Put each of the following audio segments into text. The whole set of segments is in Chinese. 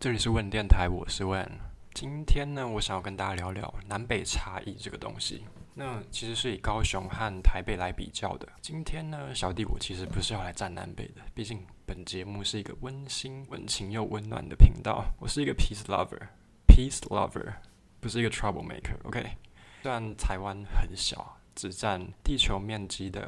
这里是问电台，我是问。今天呢，我想要跟大家聊聊南北差异这个东西。那其实是以高雄和台北来比较的。今天呢，小弟我其实不是要来站南北的，毕竟本节目是一个温馨、温情又温暖的频道。我是一个 peace lover，不是一个 trouble maker。OK，虽然台湾很小，只占地球面积的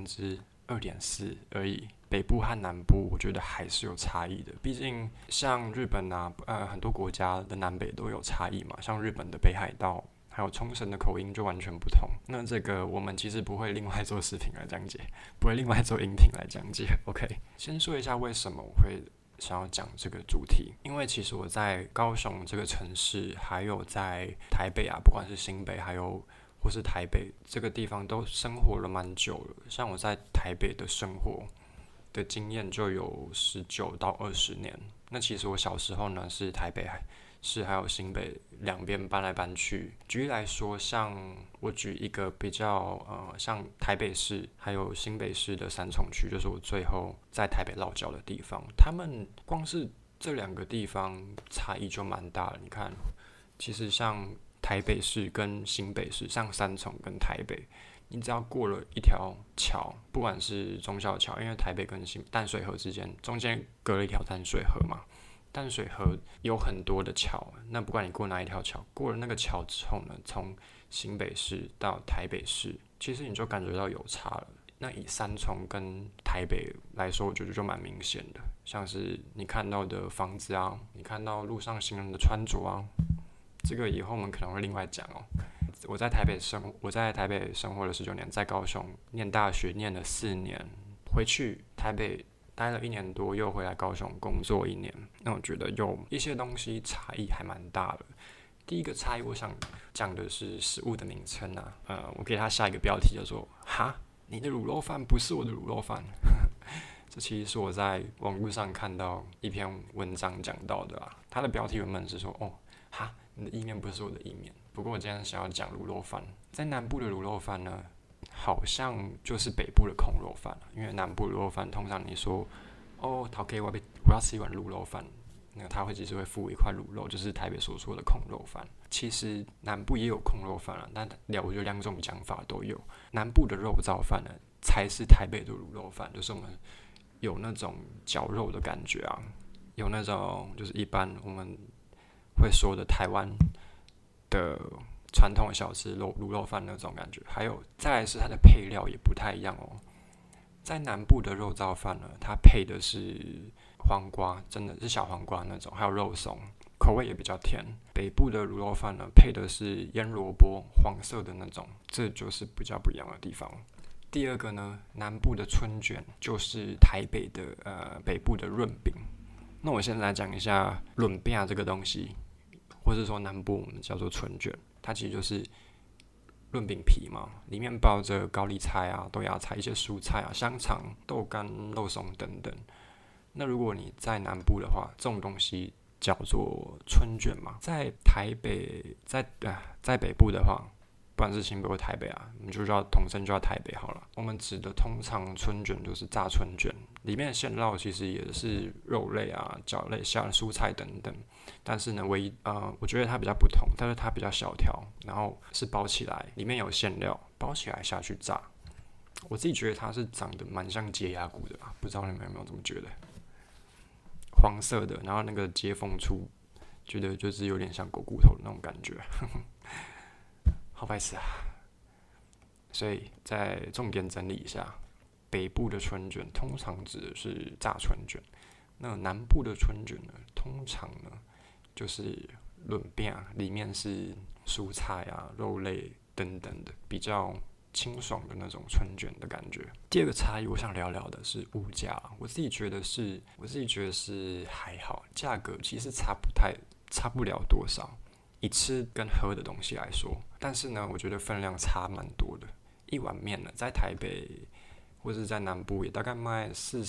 2/4而已。北部和南部，我觉得还是有差异的。毕竟像日本啊，很多国家的南北都有差异嘛。像日本的北海道，还有冲绳的口音就完全不同。那这个我们其实不会另外做视频来讲解，不会另外做音频来讲解。OK， 先说一下为什么我会想要讲这个主题，因为其实我在高雄这个城市，还有在台北啊，不管是新北或是台北这个地方，都生活了蛮久了。像我在台北的生活的经验就有19到20年。那其实我小时候呢是台北市还有新北两边搬来搬去。举例来说，像我举一个比较像台北市还有新北市的三重区，就是我最后在台北落脚的地方。他们光是这两个地方差异就蛮大了。你看，其实像台北市跟新北市，像三重跟台北，你只要过了一条桥，不管是中小桥，因为台北跟淡水河之间中间隔了一条淡水河嘛，淡水河有很多的桥，那不管你过哪一条桥，过了那个桥之后呢，从新北市到台北市，其实你就感觉到有差了。那以三重跟台北来说，我觉得就蛮明显的，像是你看到的房子啊，你看到路上行人的穿着啊，这个以后我们可能会另外讲哦。我在台北生活了19年，在高雄念大学念了4年，回去台北待了1年多，又回来高雄工作1年。那我觉得有一些东西差异还蛮大的。第一个差异，我想讲的是食物的名称啊。我给它下一个标题叫做“哈，你的卤肉饭不是我的卤肉饭”。这其实是我在网络上看到一篇文章讲到的啊。它的标题原本是说：“哦，哈，你的意面不是我的意面。”不过我今天想要讲卤肉饭，在南部的卤肉饭呢，好像就是北部的控肉饭，因为南部卤肉饭通常你说哦，陶哥我要吃一碗卤肉饭，那他其实会附一块卤肉，就是台北所说的控肉饭。其实南部也有控肉饭啊，但我觉得两种讲法都有。南部的肉燥饭呢，才是台北的卤肉饭，就是我们有那种绞肉的感觉啊，有那种就是一般我们会说的台湾的传统小吃卤肉饭那种感觉。还有再来是它的配料也不太一样哦。在南部的肉燥饭呢，它配的是黄瓜，真的是小黄瓜那种，还有肉松，口味也比较甜。北部的卤肉饭呢，配的是腌萝卜，黄色的那种，这就是比较不一样的地方。第二个呢，南部的春卷就是台北的北部的润饼。那我现在来讲一下润饼这个东西，或是说南部我们叫做春卷，它其实就是润饼皮嘛，里面包着高丽菜啊、豆芽菜、一些蔬菜啊、香肠、豆干、肉松等等。那如果你在南部的话，这种东西叫做春卷嘛。在台北，在北部的话，不管是新北或台北啊，我们就叫统称叫台北好了。我们指的通常春卷就是炸春卷，里面的馅料其实也是肉类啊、饺类、像蔬菜等等。但是呢，我觉得它比较不同，但是它比较小条，然后是包起来，里面有馅料，包起来下去炸。我自己觉得它是长得蛮像洁牙骨的吧，不知道你们有没有这么觉得？黄色的，然后那个接缝处，觉得就是有点像狗骨头的那种感觉。好白痴啊！所以再重点整理一下，北部的春卷通常指的是炸春卷，那南部的春卷呢，通常呢就是润饼，里面是蔬菜啊、肉类等等的，比较清爽的那种春卷的感觉。第二个差异，我想聊聊的是物价。我自己觉得是还好，价格其实差不了多少。以吃跟喝的东西来说，但是呢，我觉得分量差蛮多的。一碗面呢，在台北或是在南部也大概卖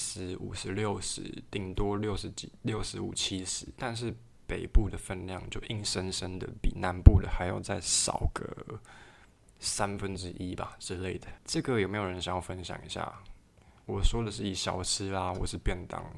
40、50、60，顶多60几、65、70，但是北部的分量就硬生生的比南部的还要再少个1/3吧之类的。这个有没有人想要分享一下？我说的是以小吃啦，或是便当，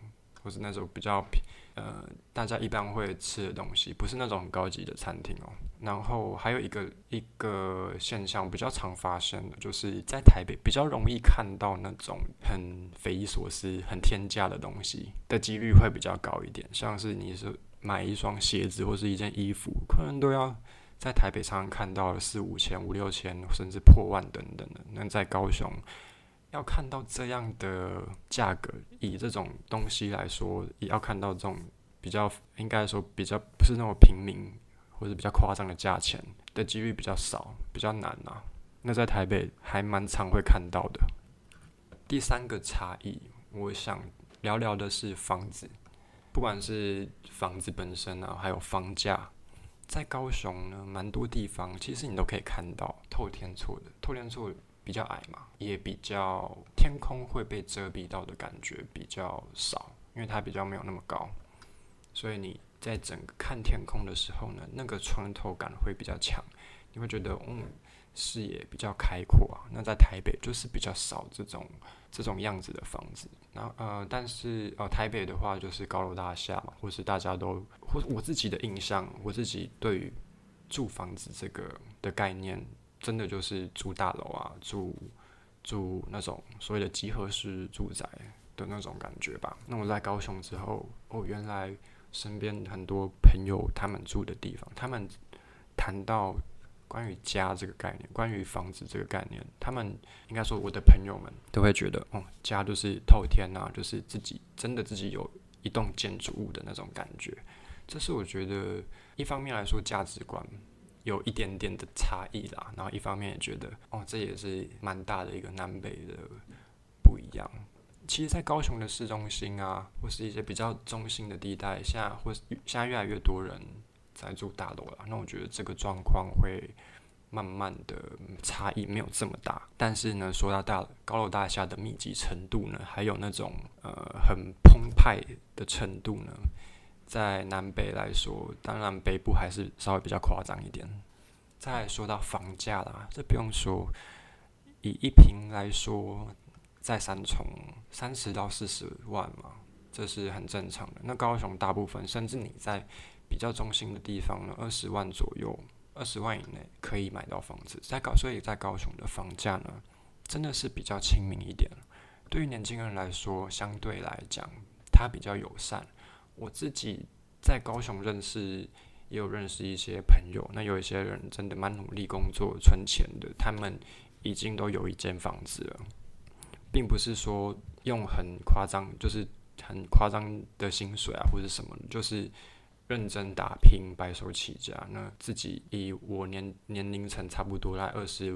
或是那种比较大家一般会吃的东西，不是那种很高级的餐厅哦。然后还有一个现象比较常发生的，就是在台北比较容易看到那种很匪夷所思、很天价的东西的几率会比较高一点，像是你是买一双鞋子或是一件衣服，可能都要在台北常常看到的4、5千、5、6千，甚至破万等等的。那在高雄要看到这样的价格，以这种东西来说，也要看到这种比较应该说比较不是那么平民或者比较夸张的价钱的几率比较少，比较难啊。那在台北还蛮常会看到的。第三个差异，我想聊聊的是房子，不管是房子本身啊，还有房价。在高雄呢，蛮多地方其实你都可以看到透天厝的，透天厝比较矮嘛，也比较天空会被遮蔽到的感觉比较少，因为它比较没有那么高，所以你在整个看天空的时候呢，那个穿透感会比较强，你会觉得视野比较开阔啊。那在台北就是比较少这种样子的房子，然后但是台北的话就是高楼大厦嘛，或是大家都或我自己的印象，我自己对于住房子这个的概念，真的就是住大楼啊，住那种所谓的集合式住宅的那种感觉吧。那我在高雄之后，原来身边很多朋友他们住的地方，他们谈到关于家这个概念，关于房子这个概念，他们应该说我的朋友们都会觉得，家就是透天啊，就是真的自己有一栋建筑物的那种感觉。这是我觉得一方面来说价值观有一点点的差异啦，然后一方面也觉得，这也是蛮大的一个南北的不一样。其实，在高雄的市中心啊，或是一些比较中心的地带，现在越来越多人在住大楼了。那我觉得这个状况会慢慢的差异没有这么大，但是呢，说到高楼大厦的密集程度呢，还有那种很澎湃的程度呢，在南北来说，当然北部还是稍微比较夸张一点。再来说到房价啦，这不用说，以一坪来说，在三重30到40万嘛，这是很正常的。那高雄大部分，甚至你在比较中心的地方呢，20万左右，20万以内可以买到房子。所以在高雄的房价呢，真的是比较亲民一点。对于年轻人来说，相对来讲，它比较友善。我自己在高雄也有认识一些朋友，那有一些人真的蛮努力工作存钱的，他们已经都有一间房子了，并不是说用很夸张的薪水啊或者什么的，就是认真打拼，白手起家。那自己以我年龄层差不多在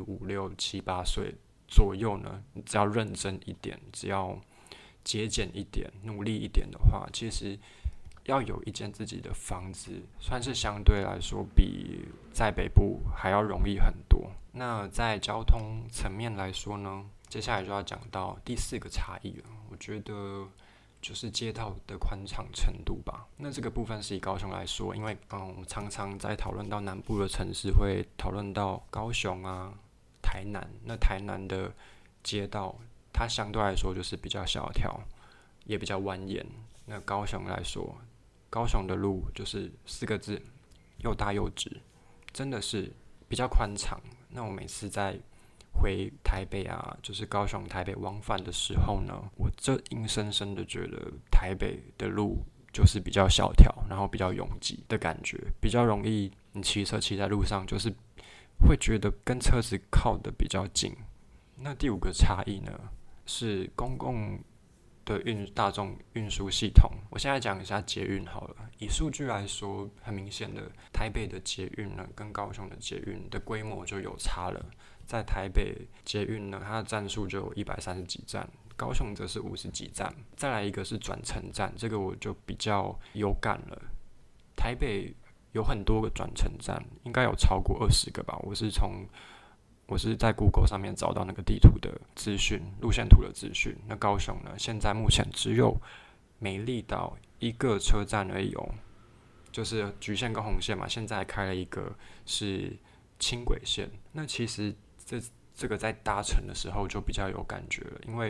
25、6、7、8岁左右呢，你只要认真一点，只要节俭一点，努力一点的话，其实要有一间自己的房子，算是相对来说比在北部还要容易很多。那在交通层面来说呢，接下来就要讲到第4个差异了。我觉得就是街道的宽敞程度吧。那这个部分是以高雄来说，因为我们常常在讨论到南部的城市，会讨论到高雄啊、台南。那台南的街道，它相对来说就是比较小条，也比较蜿蜒。那高雄来说，高雄的路就是4个字：又大又直，真的是比较宽敞。那我每次在回台北啊，就是高雄台北往返的时候呢，我这硬生生的觉得台北的路就是比较小条，然后比较拥挤的感觉，比较容易你骑车骑在路上，就是会觉得跟车子靠得比较近。那第5个差异呢，是公共的大众运输系统。我现在讲一下捷运好了。以数据来说，很明显的，台北的捷运呢，跟高雄的捷运的规模就有差了。在台北捷运呢，它的站数就有130几站，高雄则是50几站。再来一个是转乘站，这个我就比较有感了。台北有很多个转乘站，应该有超过20个吧。我是在 Google 上面找到那个地图的资讯、路线图的资讯。那高雄呢，现在目前只有美丽岛1个车站而已哦，就是橘线跟红线嘛。现在开了一个是轻轨线。那其实这个在搭乘的时候就比较有感觉了，因为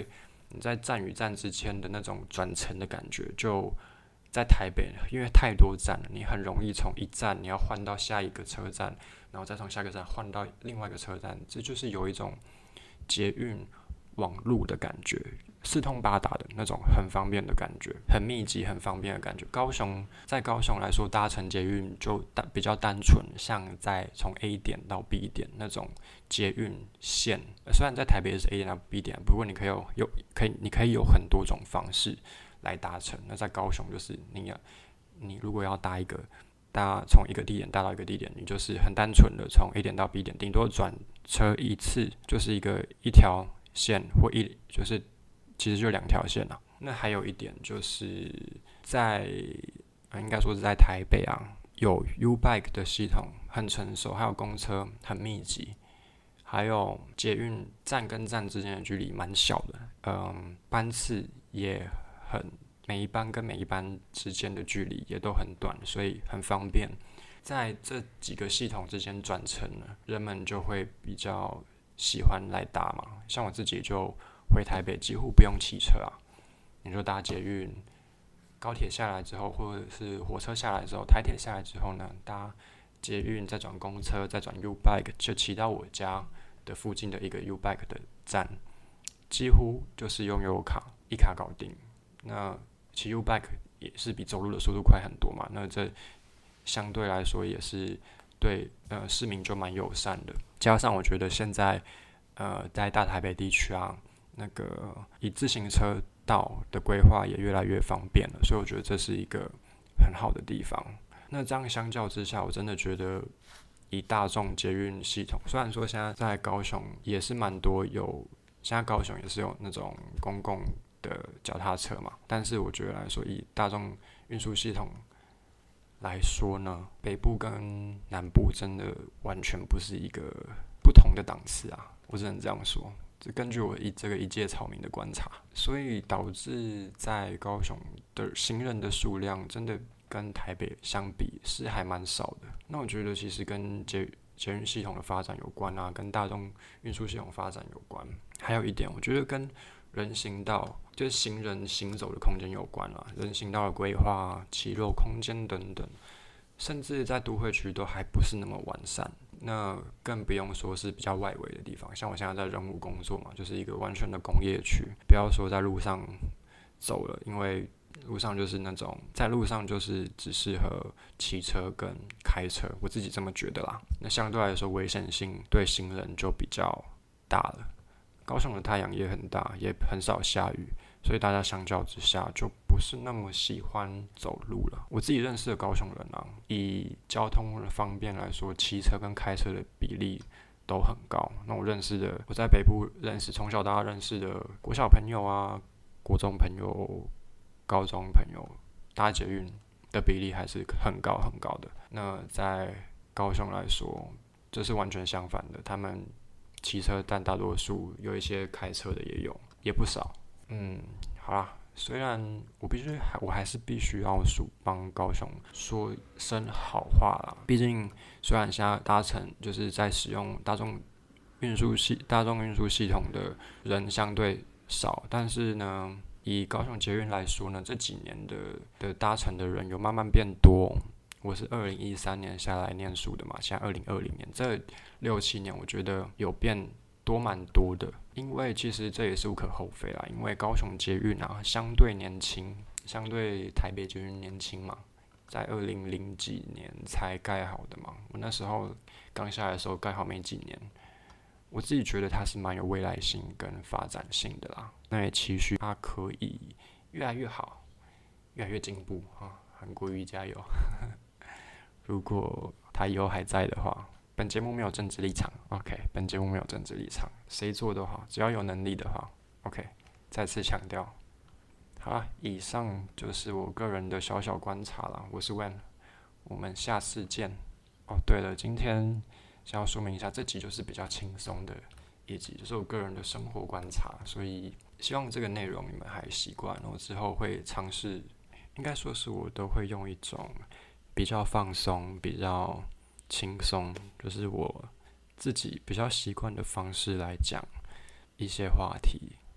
你在站与站之间的那种转乘的感觉，就在台北，因为太多站了，你很容易从一站你要换到下一个车站，然后再从下一个站换到另外一个车站，这就是有一种捷运网路的感觉，四通八达的那种很方便的感觉，很密集、很方便的感觉。在高雄来说，搭乘捷运就比较单纯，像在从 A 点到 B 点那种捷运线。虽然在台北是 A 点到 B 点，不过你可以有很多种方式来达成。那在高雄就是你如果要从一个地点搭到一个地点，你就是很单纯的从 A 点到 B 点，顶多转车一次就是一条线就是其实就两条线啦。那还有一点就是应该说是在台北啊，有 U-Bike 的系统很成熟，还有公车很密集，还有捷运站跟站之间的距离蛮小的，班次也每一班跟每一班之间的距离也都很短，所以很方便。在这几个系统之间转乘呢，人们就会比较喜欢来搭嘛。像我自己就回台北几乎不用骑车啊，你就搭捷运、高铁下来之后，或者是火车下来之后，台铁下来之后呢，搭捷运再转公车，再转 U-Bike， 就骑到我家的附近的一个 U-Bike 的站，几乎就是用悠游卡一卡搞定。那骑 U-Bike 也是比走路的速度快很多嘛，那这相对来说也是对市民就蛮友善的。加上我觉得现在在大台北地区啊，那个以自行车道的规划也越来越方便了，所以我觉得这是一个很好的地方。那这样相较之下，我真的觉得以大众捷运系统，虽然说现在在高雄也是蛮多现在高雄也是有那种公共的脚踏车嘛，但是我觉得来说，以大众运输系统来说呢，北部跟南部真的完全不是一个不同的档次啊，我只能这样说。这根据我这个一介草民的观察，所以导致在高雄的行人的数量真的跟台北相比是还蛮少的。那我觉得其实跟捷运系统的发展有关啊，跟大众运输系统发展有关。还有一点，我觉得跟人行道就是行人行走的空间有关啦，人行道的规划、骑楼空间等等，甚至在都会区都还不是那么完善。那更不用说是比较外围的地方，像我现在在仁武工作嘛，就是一个完全的工业区。不要说在路上走了，因为路上就是那种在路上就是只适合骑车跟开车，我自己这么觉得啦。那相对来说危险性对行人就比较大了。高雄的太阳也很大，也很少下雨，所以大家相较之下就不是那么喜欢走路了。我自己认识的高雄人啊，以交通的方便来说，骑车跟开车的比例都很高。那我在北部从小到大认识的国小朋友啊、国中朋友、高中朋友，搭捷运的比例还是很高很高的。那在高雄来说，这是完全相反的，他们骑车占大多数，有一些开车的也有，也不少。好啦，虽然我还是必须要帮高雄说声好话啦。毕竟虽然现在搭乘就是在使用大众运输系统的人相对少，但是呢，以高雄捷运来说呢，这几年的搭乘的人有慢慢变多。我是2013年下来念书的嘛，现在2020年，这6-7年我觉得有变多蛮多的，因为其实这也是无可厚非啦，因为高雄捷运啊相对年轻，相对台北捷运年轻嘛，在2000几年才盖好的嘛，我那时候刚下来的时候盖好没几年，我自己觉得它是蛮有未来性跟发展性的啦，那也期许它可以越来越好，越来越进步啊，韩国瑜加油！如果他以后还在的话，本节目没有政治立场 ，OK， 本节目没有政治立场，谁做都好，只要有能力的话 ，OK， 再次强调。好啦，以上就是我个人的小小观察啦，我是 Wen， 我们下次见。哦，对了，今天想要说明一下，这集就是比较轻松的一集，就是我个人的生活观察，所以希望这个内容你们还习惯，我之后会尝试，应该说是我都会用一种比较放松、比较轻松，就是我自己比较习惯的方式来讲一些话题。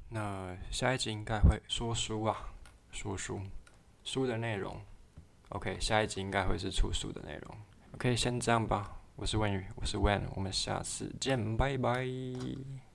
那下一集应该会说书啊，说书的内容。OK， 下一集应该会是出书的内容。OK， 先这样吧。我是文宇，我是 Wen， 我们下次见，拜拜。